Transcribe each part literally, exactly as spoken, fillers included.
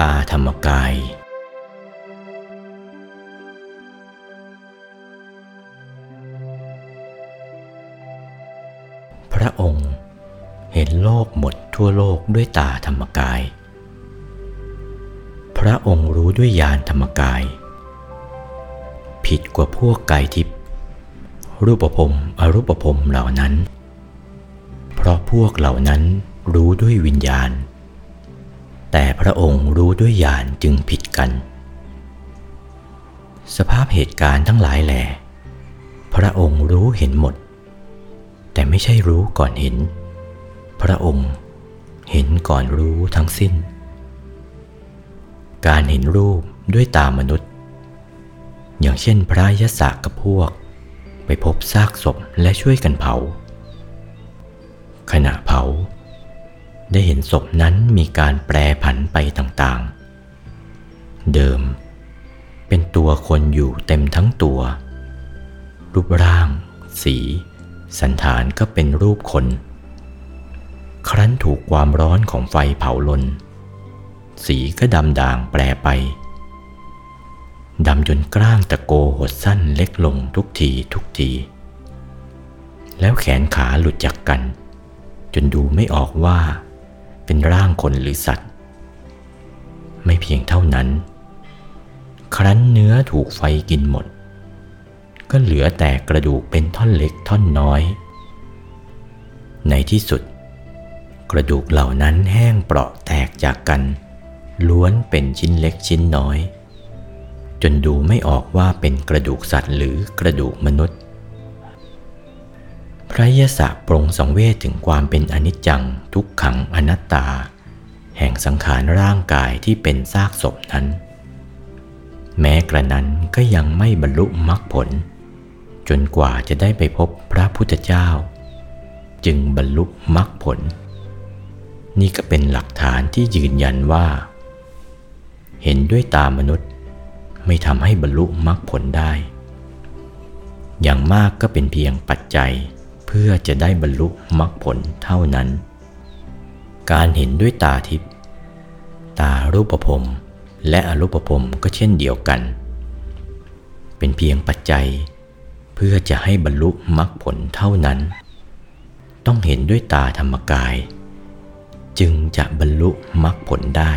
าธรรมกายพระองค์เห็นโลกหมดทั่วโลกด้วยตาธรรมกายพระองค์รู้ด้วยญาณธรรมกายผิดกว่าพวกกายทิพย์รูปภพอรูปภพเหล่านั้นเพราะพวกเหล่านั้นรู้ด้วยวิญญาณแต่พระองค์รู้ด้วยญาณจึงผิดกันสภาพเหตุการณ์ทั้งหลายแหล่พระองค์รู้เห็นหมดแต่ไม่ใช่รู้ก่อนเห็นพระองค์เห็นก่อนรู้ทั้งสิ้นการเห็นรูปด้วยตามนุษย์อย่างเช่นพระยศกับพวกไปพบซากศพและช่วยกันเผาขณะเผาได้เห็นศพนั้นมีการแปรผันไปต่างๆเดิมเป็นตัวคนอยู่เต็มทั้งตัวรูปร่างสีสันฐานก็เป็นรูปคนครั้นถูกความร้อนของไฟเผาลนสีก็ดำด่างแปรไปดำจนกล้างตะโกหดสั้นเล็กลงทุกทีทุกทีแล้วแขนขาหลุดจากกันจนดูไม่ออกว่าเป็นร่างคนหรือสัตว์ไม่เพียงเท่านั้นครั้นเนื้อถูกไฟกินหมดก็เหลือแต่กระดูกเป็นท่อนเล็กท่อนน้อยในที่สุดกระดูกเหล่านั้นแห้งเปราะแตกจากกันล้วนเป็นชิ้นเล็กชิ้นน้อยจนดูไม่ออกว่าเป็นกระดูกสัตว์หรือกระดูกมนุษย์พระยศปรงสังเวชถึงความเป็นอนิจจังทุกขังอนัตตาแห่งสังขารร่างกายที่เป็นซากศพนั้นแม้กระนั้นก็ยังไม่บรรลุมรรคผลจนกว่าจะได้ไปพบพระพุทธเจ้าจึงบรรลุมรรคผลนี่ก็เป็นหลักฐานที่ยืนยันว่าเห็นด้วยตามนุษย์ไม่ทำให้บรรลุมรรคผลได้อย่างมากก็เป็นเพียงปัจจัยเพื่อจะได้บรรลุมรรคผลเท่านั้นการเห็นด้วยตาทิพย์ตารูปภพและอรูปภพก็เช่นเดียวกันเป็นเพียงปัจจัยเพื่อจะให้บรรลุมรรคผลเท่านั้นต้องเห็นด้วยตาธรรมกายจึงจะบรรลุมรรคผลได้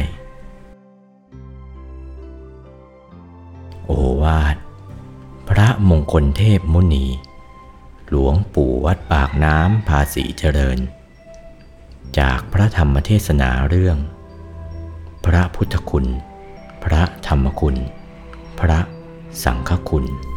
โอวาทพระมงคลเทพมุนีหลวงปู่วัดปากน้ำภาษีเจริญจากพระธรรมเทศนาเรื่องพระพุทธคุณพระธรรมคุณพระสังฆคุณ